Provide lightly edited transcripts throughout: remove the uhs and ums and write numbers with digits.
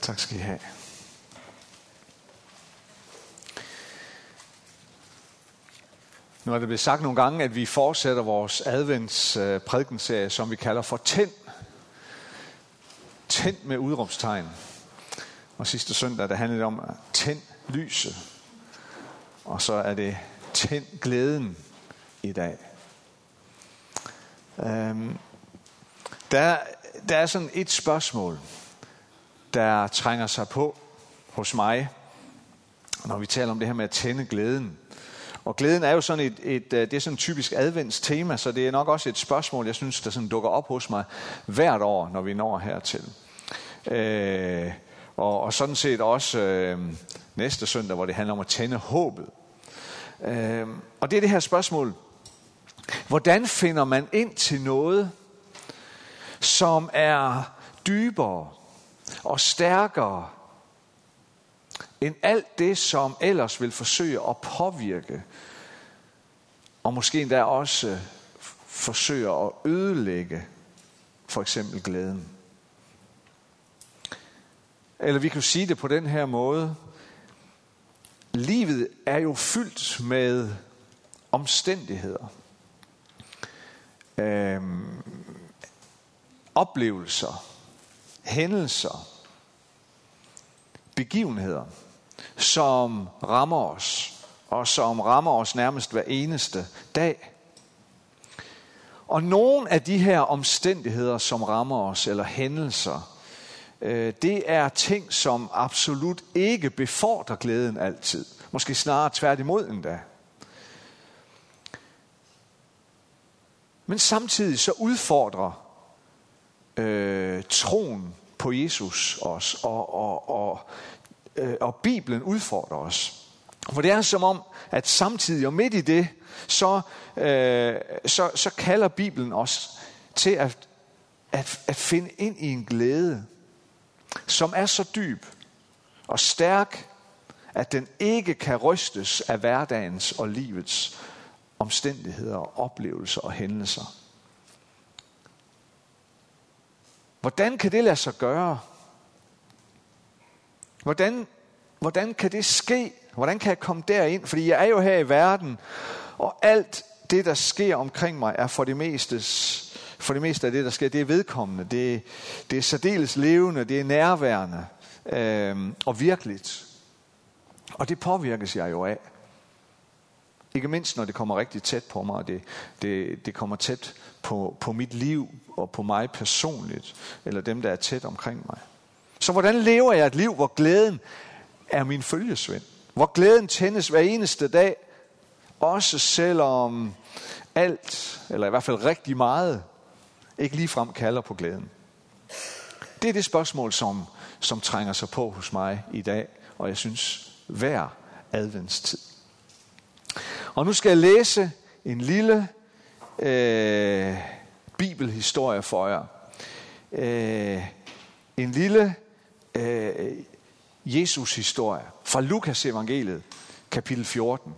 Tak skal I have. Nu er det blevet sagt nogle gange, at vi fortsætter vores adventsprædikenserie, som vi kalder for Tænd. Tænd med udråbstegn. Og sidste søndag, der handlede det om at tænd lyset. Og så er det tænd glæden i dag. Der er sådan et spørgsmål, der trænger sig på hos mig, når vi taler om det her med at tænde glæden. Og glæden er jo sådan det er sådan et typisk adventstema, så det er nok også et spørgsmål, jeg synes, der sådan dukker op hos mig hvert år, når vi når hertil. Og sådan set også næste søndag, hvor det handler om at tænde håbet. Og det er det her spørgsmål. Hvordan finder man ind til noget, som er dybere og stærkere end alt det, som ellers vil forsøge at påvirke, og måske endda også forsøge at ødelægge for eksempel glæden? Eller vi kan sige det på den her måde. Livet er jo fyldt med omstændigheder, oplevelser, hændelser, begivenheder, som rammer os, og som rammer os nærmest hver eneste dag. Og nogle af de her omstændigheder, som rammer os, eller hændelser, det er ting, som absolut ikke befordrer glæden altid. Måske snarere tværtimod endda. Men samtidig så udfordrer troen på Jesus os, og Bibelen udfordrer os. For det er som om, at samtidig og midt i det, så kalder Bibelen os til at finde ind i en glæde, som er så dyb og stærk, at den ikke kan rystes af hverdagens og livets omstændigheder, oplevelser og hændelser. Hvordan kan det lade sig gøre? Hvordan kan det ske? Hvordan kan jeg komme derind? Fordi jeg er jo her i verden, og alt det, der sker omkring mig, er for det meste af det, der sker, det er vedkommende. Det er særdeles levende, det er nærværende og virkeligt. Og det påvirkes jeg jo af. Ikke mindst, når det kommer rigtig tæt på mig, og det kommer tæt på mit liv og på mig personligt, eller dem, der er tæt omkring mig. Så hvordan lever jeg et liv, hvor glæden er min følgesvend? Hvor glæden tændes hver eneste dag, også selvom alt, eller i hvert fald rigtig meget, ikke ligefrem kalder på glæden. Det er det spørgsmål, som trænger sig på hos mig i dag, og jeg synes hver adventstid. Og nu skal jeg læse en lille bibelhistorie for jer. En lille Jesus historie fra Lukas evangeliet, kapitel 14.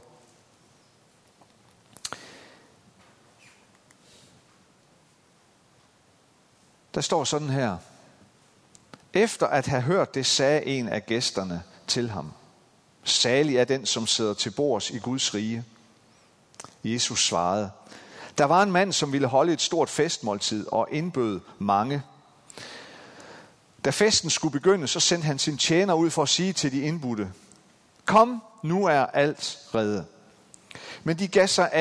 Der står sådan her: Efter at have hørt det, sagde en af gæsterne til ham: Salig er den, som sidder til bords i Guds rige. Jesus svarede: Der var en mand, som ville holde et stort festmåltid og indbød mange. Da festen skulle begynde, så sendte han sin tjener ud for at sige til de indbudte: Kom, nu er alt rede. Men de gav sig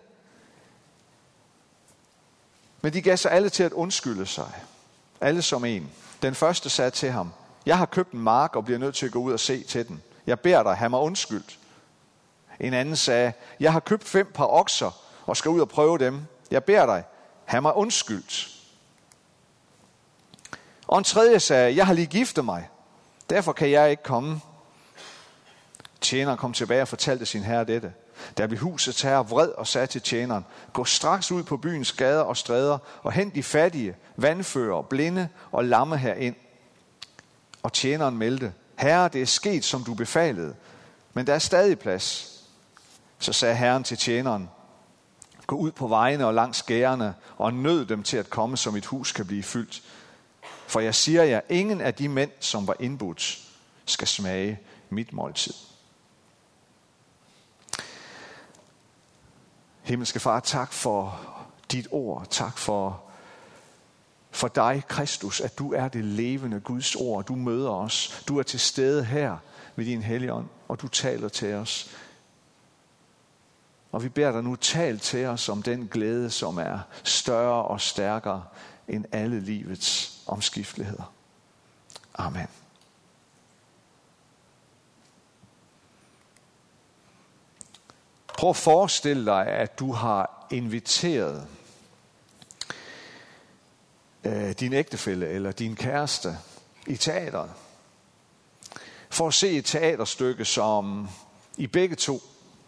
alle til at undskylde sig. Alle som en. Den første sagde til ham: Jeg har købt en mark og bliver nødt til at gå ud og se til den. Jeg beder dig, have mig undskyldt. En anden sagde: Jeg har købt 5 par okser og skal ud og prøve dem. Jeg beder dig, have mig undskyldt. Og en tredje sagde: Jeg har lige giftet mig, derfor kan jeg ikke komme. Tjeneren kom tilbage og fortalte sin herre dette. Der blev husets herre vred og sagde til tjeneren: Gå straks ud på byens gader og stræder og hent de fattige, vandfører, blinde og lamme herind. Og tjeneren meldte: Herre, det er sket, som du befalede, men der er stadig plads. Så sagde herren til tjeneren: Gå ud på vejene og langs gærerne og nød dem til at komme, så mit hus kan blive fyldt. For jeg siger jer, ingen af de mænd, som var indbudt, skal smage mit måltid. Himmelske Far, tak for dit ord. Tak for dig, Kristus, at du er det levende Guds ord. Du møder os. Du er til stede her ved din Helligånd, og du taler til os. Og vi beder dig nu, tal til os om den glæde, som er større og stærkere end alle livets omskifteligheder. Amen. Prøv at forestille dig, at du har inviteret din ægtefælle eller din kæreste i teateret for at se et teaterstykke, som I begge to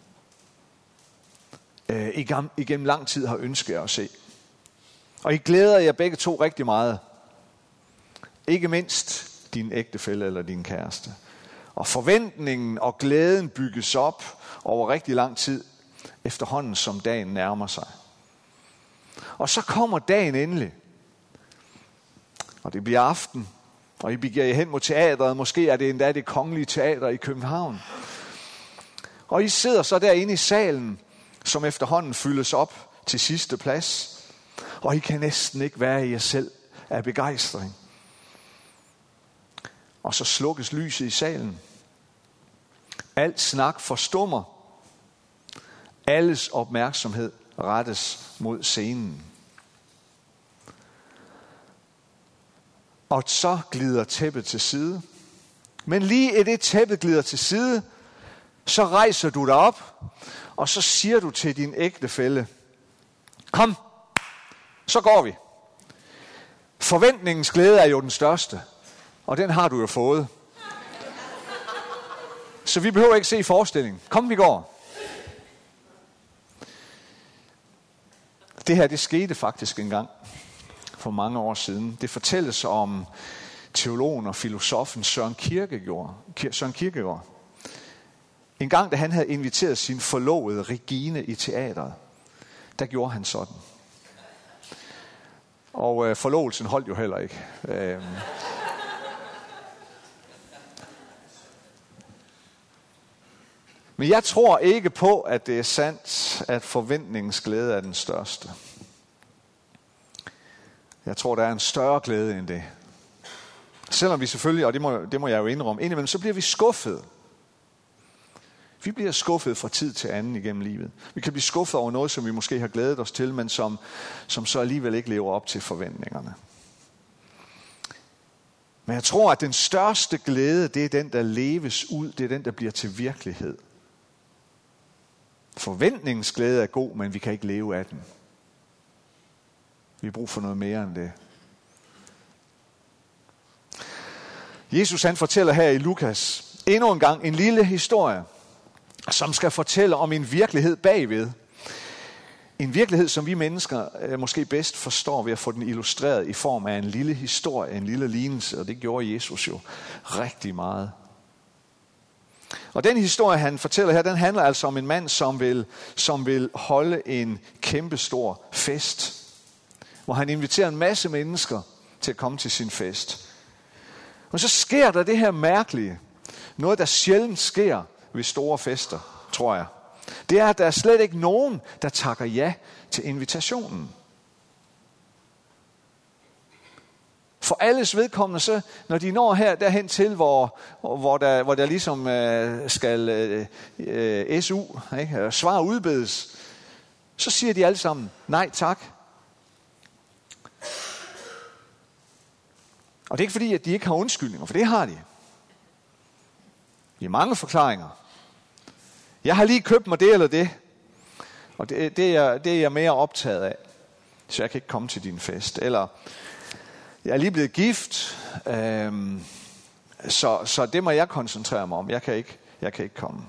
igennem lang tid har ønsket at se. Og I glæder jer begge to rigtig meget. Ikke mindst din ægtefælle eller din kæreste. Og forventningen og glæden bygges op over rigtig lang tid, efterhånden som dagen nærmer sig. Og så kommer dagen endelig. Og det bliver aften, og I begiver jer hen mod teateret. Måske er det endda det Kongelige Teater i København. Og I sidder så derinde i salen, som efterhånden fyldes op til sidste plads. Og I kan næsten ikke være i jer selv af begejstring. Og så slukkes lyset i salen. Alt snak forstummer. Alles opmærksomhed rettes mod scenen. Og så glider tæppet til side. Men lige i det tæppet glider til side, så rejser du dig op, og så siger du til din ægtefælle, kom, så går vi. Forventningens glæde er jo den største, og den har du jo fået. Så vi behøver ikke se forestillingen. Kom, vi går. Det her, det skete faktisk engang for mange år siden. Det fortælles om teologen og filosofen Søren Kierkegaard. En gang, da han havde inviteret sin forlovede Regine i teateret, der gjorde han sådan. Og forlovelsen holdt jo heller ikke. Men jeg tror ikke på, at det er sandt, at forventningens glæde er den største. Jeg tror, der er en større glæde end det. Selvom vi selvfølgelig, og det må jeg jo indrømme, indimellem så bliver vi skuffet. Vi bliver skuffet fra tid til anden igennem livet. Vi kan blive skuffet over noget, som vi måske har glædet os til, men som så alligevel ikke lever op til forventningerne. Men jeg tror, at den største glæde, det er den, der leves ud. Det er den, der bliver til virkelighed. Forventningens glæde er god, men vi kan ikke leve af den. Vi har brug for noget mere end det. Jesus han fortæller her i Lukas endnu en gang en lille historie, som skal fortælle om en virkelighed bagved. En virkelighed, som vi mennesker måske bedst forstår ved at få den illustreret i form af en lille historie, en lille lignelse, og det gjorde Jesus jo rigtig meget. Og den historie, han fortæller her, den handler altså om en mand, som vil holde en kæmpestor fest, hvor han inviterer en masse mennesker til at komme til sin fest. Og så sker der det her mærkelige, noget der sjældent sker ved store fester, tror jeg. Det er, at der er slet ikke nogen, der takker ja til invitationen. For alles vedkommende, så når de når derhen til, hvor der ligesom skal SU, ikke, svar udbedes, så siger de alle sammen, nej tak. Og det er ikke fordi, at de ikke har undskyldninger, for det har de. De har mange forklaringer. Jeg har lige købt mig det eller det, og det er jeg mere optaget af, så jeg kan ikke komme til din fest. Eller jeg er lige blevet gift, så det må jeg koncentrere mig om. Jeg kan ikke komme.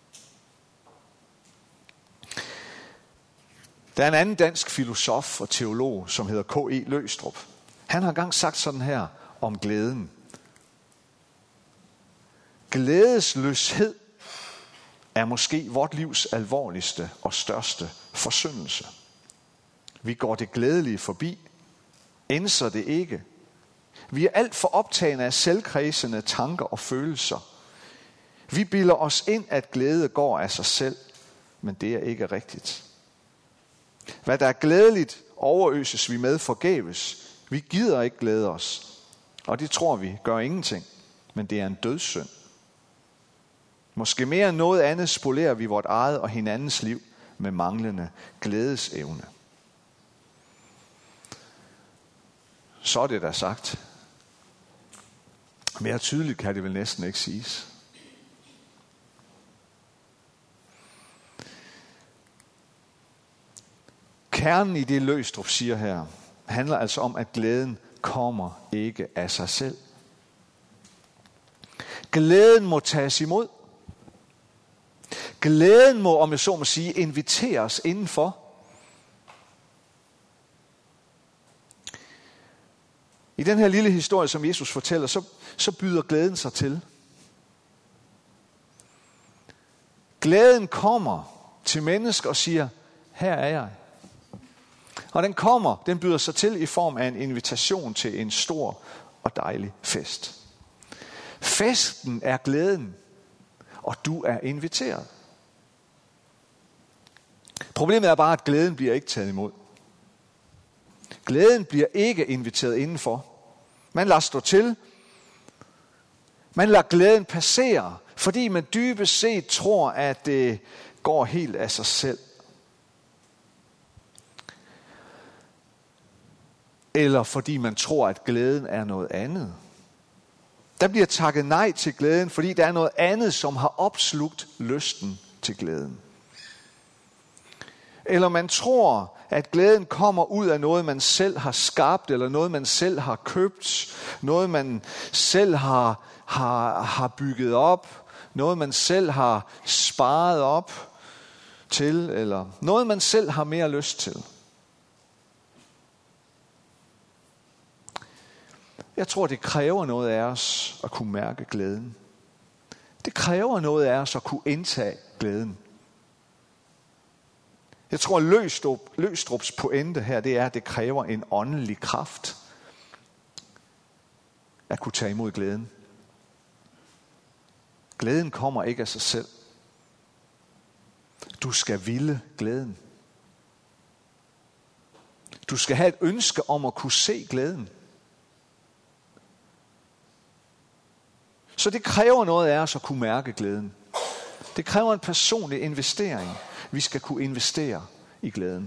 Der er en anden dansk filosof og teolog, som hedder K.E. Løgstrup. Han har engang sagt sådan her om glæden. Glædesløshed er måske vort livs alvorligste og største forsyndelse. Vi går det glædelige forbi, indser det ikke Vi er alt for optagne af selvkredsende tanker og følelser. Vi bilder os ind, at glæde går af sig selv, men det er ikke rigtigt. Hvad der er glædeligt, overøses vi med forgæves. Vi gider ikke glæde os, og det tror vi gør ingenting, men det er en dødssynd. Måske mere end noget andet spolerer vi vort eget og hinandens liv med manglende glædesevne. Så er det da sagt. Mere tydeligt kan det vel næsten ikke siges. Kernen i det Løgstrup siger her, handler altså om, at glæden kommer ikke af sig selv. Glæden må tages imod. Glæden må, om jeg så må sige, inviteres indenfor. I den her lille historie, som Jesus fortæller, så byder glæden sig til. Glæden kommer til mennesker og siger, her er jeg. Og den byder sig til i form af en invitation til en stor og dejlig fest. Festen er glæden, og du er inviteret. Problemet er bare, at glæden bliver ikke taget imod. Glæden bliver ikke inviteret indenfor. Man lader stå til. Man lader glæden passere, fordi man dybest set tror, at det går helt af sig selv. Eller fordi man tror, at glæden er noget andet. Der bliver takket nej til glæden, fordi der er noget andet, som har opslugt lysten til glæden. Eller man tror, at glæden kommer ud af noget, man selv har skabt, eller noget, man selv har købt, noget, man selv har bygget op, noget, man selv har sparet op til, eller noget, man selv har mere lyst til. Jeg tror, det kræver noget af os at kunne mærke glæden. Det kræver noget af os at kunne indtage glæden. Jeg tror, at Løgstrups pointe her, det er, at det kræver en åndelig kraft at kunne tage imod glæden. Glæden kommer ikke af sig selv. Du skal ville glæden. Du skal have et ønske om at kunne se glæden. Så det kræver noget af os at kunne mærke glæden. Det kræver en personlig investering. Vi skal kunne investere i glæden.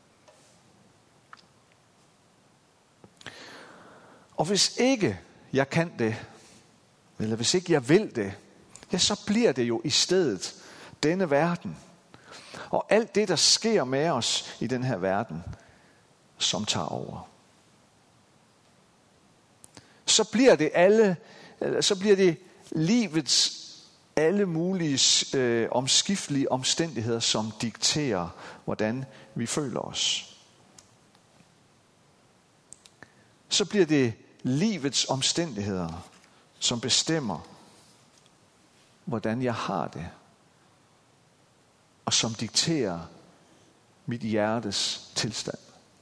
Og hvis ikke jeg kan det, eller hvis ikke jeg vil det, ja, så bliver det jo i stedet denne verden. Og alt det, der sker med os i den her verden, som tager over. Så bliver det livets alle mulige omskiftelige omstændigheder, som dikterer, hvordan vi føler os. Så bliver det livets omstændigheder, som bestemmer, hvordan jeg har det, og som dikterer mit hjertes tilstand.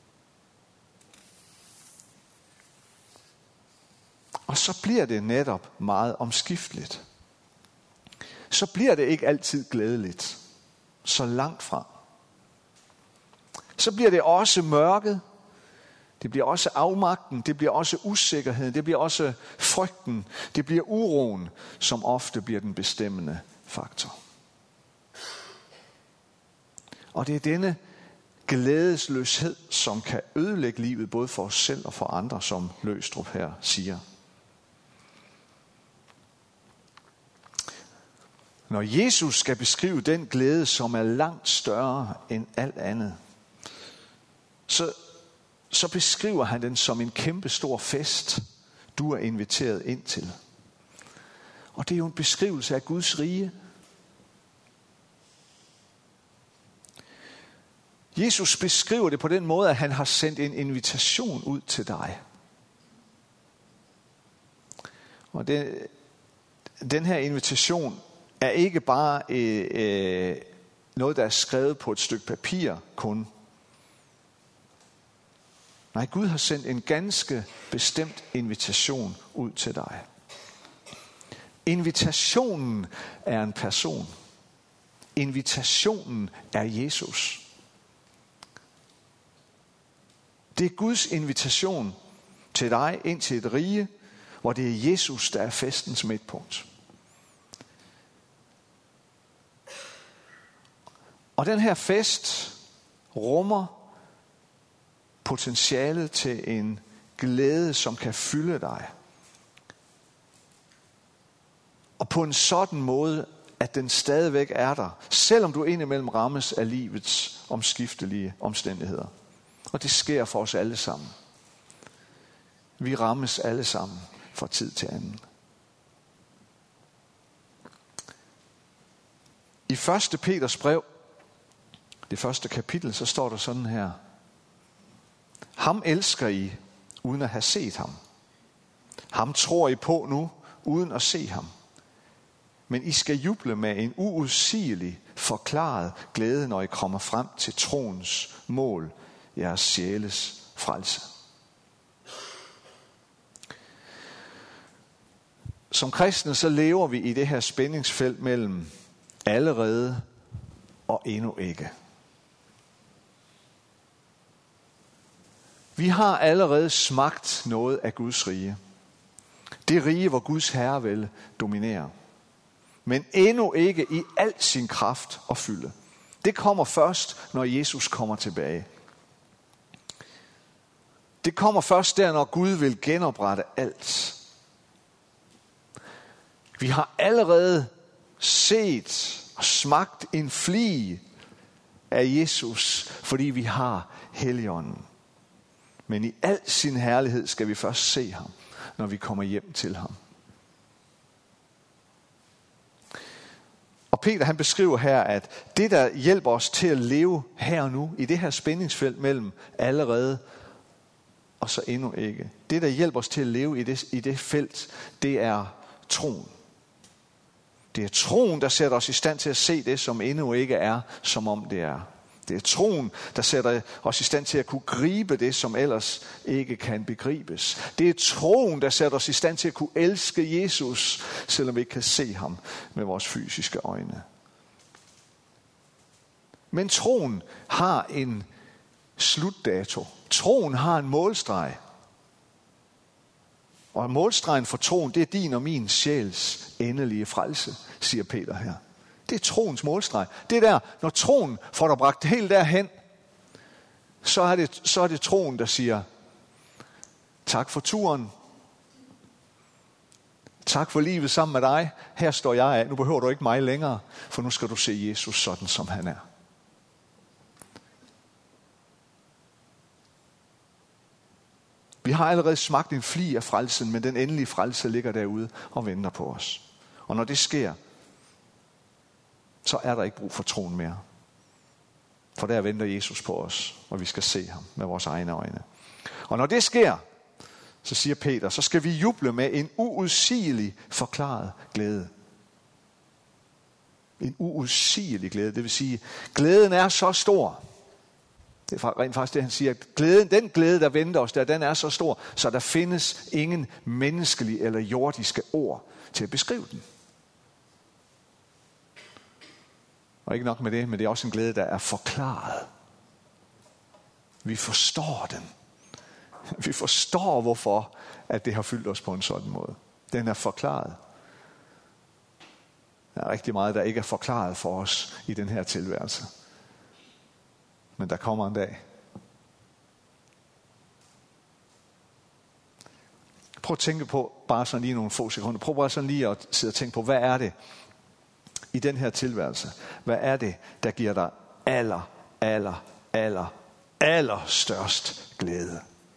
Og så bliver det netop meget omskifteligt. Så bliver det ikke altid glædeligt. Så langt fra. Så bliver det også mørket. Det bliver også afmagten. Det bliver også usikkerheden. Det bliver også frygten. Det bliver uroen, som ofte bliver den bestemmende faktor. Og det er denne glædesløshed, som kan ødelægge livet både for os selv og for andre, som Løgstrup her siger. Når Jesus skal beskrive den glæde, som er langt større end alt andet, så beskriver han den som en kæmpe stor fest, du er inviteret ind til. Og det er jo en beskrivelse af Guds rige. Jesus beskriver det på den måde, at han har sendt en invitation ud til dig. Og den her invitation er ikke bare noget, der er skrevet på et stykke papir kun. Nej, Gud har sendt en ganske bestemt invitation ud til dig. Invitationen er en person. Invitationen er Jesus. Det er Guds invitation til dig ind til et rige, hvor det er Jesus, der er festens midtpunkt. Og den her fest rummer potentialet til en glæde, som kan fylde dig. Og på en sådan måde, at den stadigvæk er der, selvom du indimellem rammes af livets omskiftelige omstændigheder. Og det sker for os alle sammen. Vi rammes alle sammen fra tid til anden. I 1. Peters brev, det første kapitel, så står der sådan her: ham elsker I, uden at have set ham. Ham tror I på nu, uden at se ham. Men I skal juble med en uudsigelig forklaret glæde, når I kommer frem til troens mål, jeres sjæles frelse. Som kristne så lever vi i det her spændingsfelt mellem allerede og endnu ikke. Vi har allerede smagt noget af Guds rige. Det rige, hvor Guds herrevælde dominerer. Men endnu ikke i al sin kraft og fylde. Det kommer først, når Jesus kommer tilbage. Det kommer først der, når Gud vil genoprette alt. Vi har allerede set og smagt en flig af Jesus, fordi vi har Helligånden. Men i al sin herlighed skal vi først se ham, når vi kommer hjem til ham. Og Peter han beskriver her, at det der hjælper os til at leve her og nu, i det her spændingsfelt mellem allerede og så endnu ikke. Det der hjælper os til at leve i det felt, det er troen. Det er troen, der sætter os i stand til at se det, som endnu ikke er, som om det er. Det er troen, der sætter os i stand til at kunne gribe det, som ellers ikke kan begribes. Det er troen, der sætter os i stand til at kunne elske Jesus, selvom vi ikke kan se ham med vores fysiske øjne. Men troen har en slutdato. Troen har en målstreg. Og målstregen for troen, det er din og min sjæls endelige frelse, siger Peter her. Det er troens målstreg. Det er der, når troen får dig bragt helt derhen, så er det troen, der siger, tak for turen. Tak for livet sammen med dig. Her står jeg af. Nu behøver du ikke mig længere, for nu skal du se Jesus sådan, som han er. Vi har allerede smagt en flig af frelsen, men den endelige frelse ligger derude og venter på os. Og når det sker, så er der ikke brug for troen mere. For der venter Jesus på os, og vi skal se ham med vores egne øjne. Og når det sker, så siger Peter, så skal vi juble med en uudsigelig forklaret glæde. En uudsigelig glæde, det vil sige, glæden er så stor. Det er rent faktisk det, han siger. Den glæde, der venter os der, den er så stor, så der findes ingen menneskelige eller jordiske ord til at beskrive den. Og ikke nok med det, men det er også en glæde, der er forklaret. Vi forstår den. Vi forstår, hvorfor at det har fyldt os på en sådan måde. Den er forklaret. Der er rigtig meget, der ikke er forklaret for os i den her tilværelse. Men der kommer en dag. Prøv at tænke på, bare sådan lige nogle få sekunder, prøv bare sådan lige at sidde og tænke på, hvad er det i den her tilværelse? Hvad er det, der giver dig allerstørst glæde?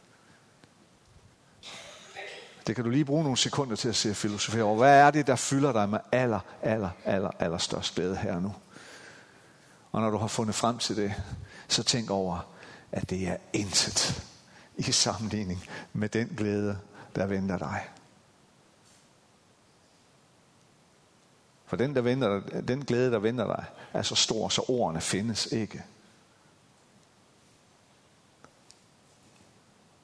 Det kan du lige bruge nogle sekunder til at se filosofere over. Hvad er det, der fylder dig med allerstørst glæde her nu? Og når du har fundet frem til det, så tænk over, at det er intet i sammenligning med den glæde, der venter dig. For den glæde, der venter dig, er så stor, så ordene findes ikke.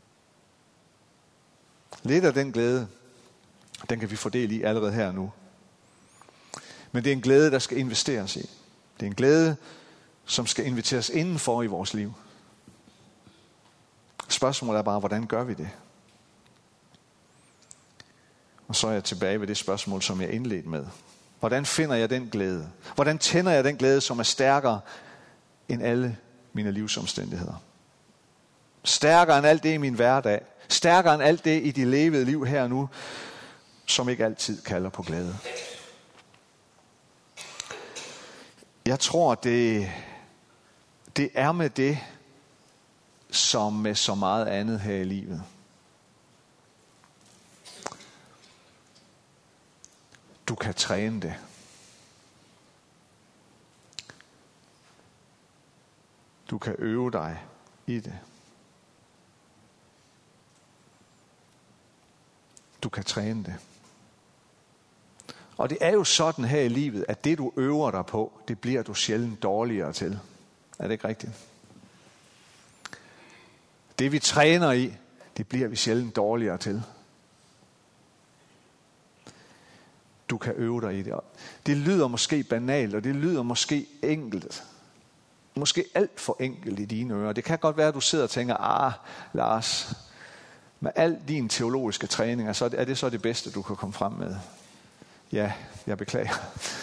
lidt af den glæde, den kan vi fordele i allerede her nu. Men det er en glæde, der skal investeres i. Det er en glæde, som skal inviteres indenfor i vores liv. Spørgsmålet er bare, hvordan gør vi det? Og så er jeg tilbage ved det spørgsmål, som jeg indledte med. Hvordan finder jeg den glæde? Hvordan tænder jeg den glæde, som er stærkere end alle mine livsomstændigheder? Stærkere end alt det i min hverdag. Stærkere end alt det i de levede liv her og nu, som ikke altid kalder på glæde. Jeg tror, det er med det, som med så meget andet her i livet. Du kan træne det. Du kan øve dig i det. Du kan træne det. Og det er jo sådan her i livet, at det du øver dig på, det bliver du sjældent dårligere til. Er det ikke rigtigt? Det vi træner i, det bliver vi sjældent dårligere til. Du kan øve dig i det. Det lyder måske banalt, og det lyder måske enkelt. Måske alt for enkelt i dine ører. Det kan godt være, at du sidder og tænker, Lars, med al din teologiske træning, så er det så det bedste, du kan komme frem med. Ja, jeg beklager.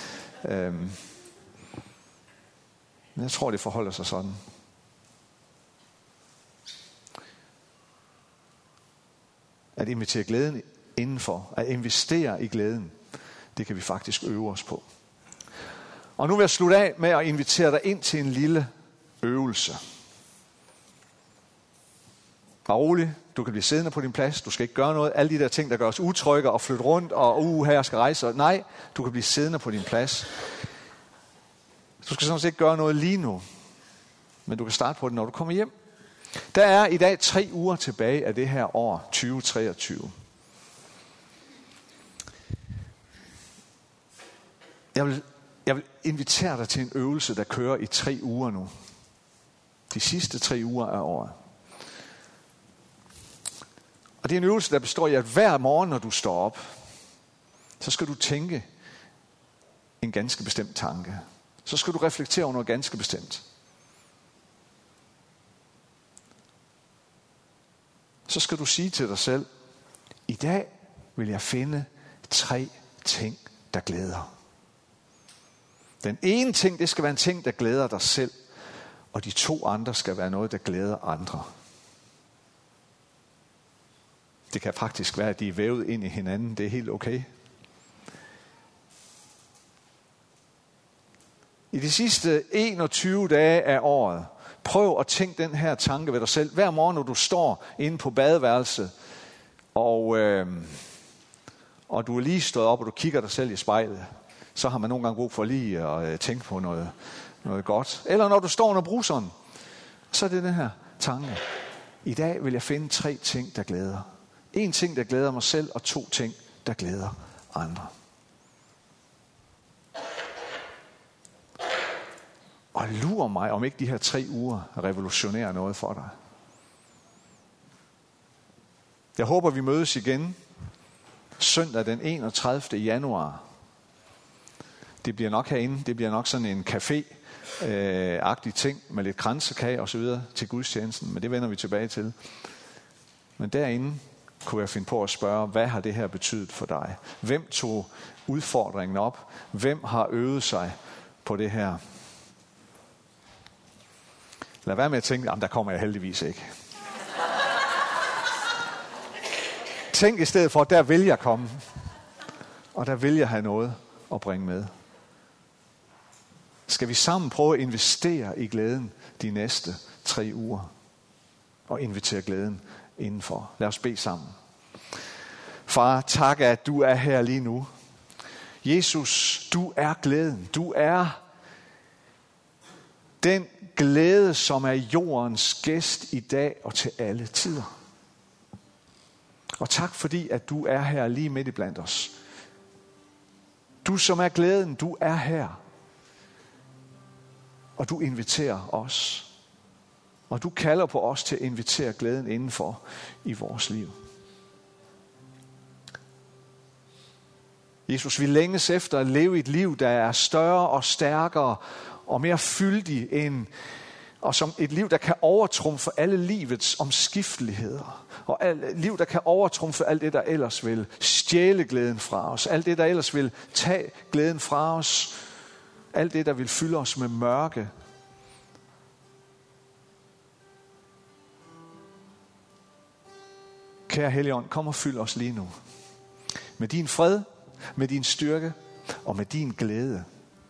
Men jeg tror, det forholder sig sådan. At invitere glæden indenfor, at investere i glæden, det kan vi faktisk øve os på. Og nu vil jeg slutte af med at invitere dig ind til en lille øvelse. Bare rolig, du kan blive siddende på din plads, du skal ikke gøre noget. Alle de der ting, der gør os utrygge og flytte rundt, og her skal rejse. Nej, du kan blive siddende på din plads. Du skal sådan set ikke gøre noget lige nu, men du kan starte på det, når du kommer hjem. Der er i dag 3 uger tilbage af det her år 2023. Jeg vil invitere dig til en øvelse, der kører i 3 uger nu. De sidste 3 uger af året. Og det er en øvelse, der består i, at hver morgen, når du står op, så skal du tænke en ganske bestemt tanke. Så skal du reflektere over noget ganske bestemt. Så skal du sige til dig selv, i dag vil jeg finde 3 ting, der glæder. Den ene ting, det skal være en ting, der glæder dig selv, og de 2 andre skal være noget, der glæder andre. Det kan faktisk være, at de er vævet ind i hinanden. Det er helt okay. I de sidste 21 dage af året, prøv at tænke den her tanke ved dig selv. Hver morgen, når du står inde på badeværelset, og du er lige stået op, og du kigger dig selv i spejlet, så har man nogle gange brug for lige at tænke på noget godt. Eller når du står under bruseren, så er det den her tanke. I dag vil jeg finde 3 ting, der glæder. 1 ting, der glæder mig selv, og 2 ting, der glæder andre. Og lurer mig, om ikke de her 3 uger revolutionerer noget for dig. Jeg håber, vi mødes igen søndag den 31. januar. Det bliver nok herinde. Det bliver nok sådan en café-agtig ting med lidt kransekage og så videre til gudstjenesten. Men det vender vi tilbage til. Men derinde kunne jeg finde på at spørge, hvad har det her betydet for dig? Hvem tog udfordringen op? Hvem har øvet sig på det her? Lad være med at tænke, der kommer jeg heldigvis ikke. Tænk i stedet for, der vil jeg komme. Og der vil jeg have noget at bringe med. Skal vi sammen prøve at investere i glæden de næste 3 uger? Og invitere glæden indenfor. Lad os bede sammen. Far, tak at du er her lige nu. Jesus, du er glæden. Du er den glæde, som er jordens gæst i dag og til alle tider. Og tak fordi, at du er her lige midt i blandt os. Du som er glæden, du er her. Og du inviterer os. Og du kalder på os til at invitere glæden indenfor i vores liv. Jesus, vi længes efter at leve et liv, der er større og stærkere og mere fyldig end, og som et liv, der kan overtrumfe alle livets omskifteligheder. Og et liv, der kan overtrumfe alt det, der ellers vil stjæle glæden fra os. Alt det, der ellers vil tage glæden fra os. Alt det, der vil fylde os med mørke. Kære Helligånd, kom og fyld os lige nu. Med din fred, med din styrke og med din glæde.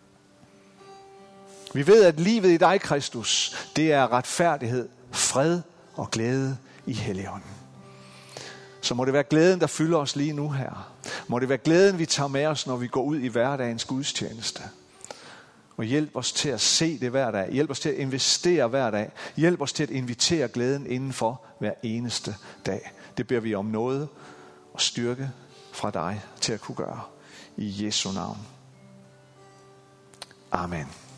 Vi ved, at livet i dig, Kristus, det er retfærdighed, fred og glæde i Helligånden. Så må det være glæden, der fylder os lige nu her. Må det være glæden, vi tager med os, når vi går ud i hverdagens gudstjeneste. Og hjælp os til at se det hver dag. Hjælp os til at investere hver dag. Hjælp os til at invitere glæden indenfor hver eneste dag. Det beder vi om noget og styrke fra dig til at kunne gøre. I Jesu navn. Amen.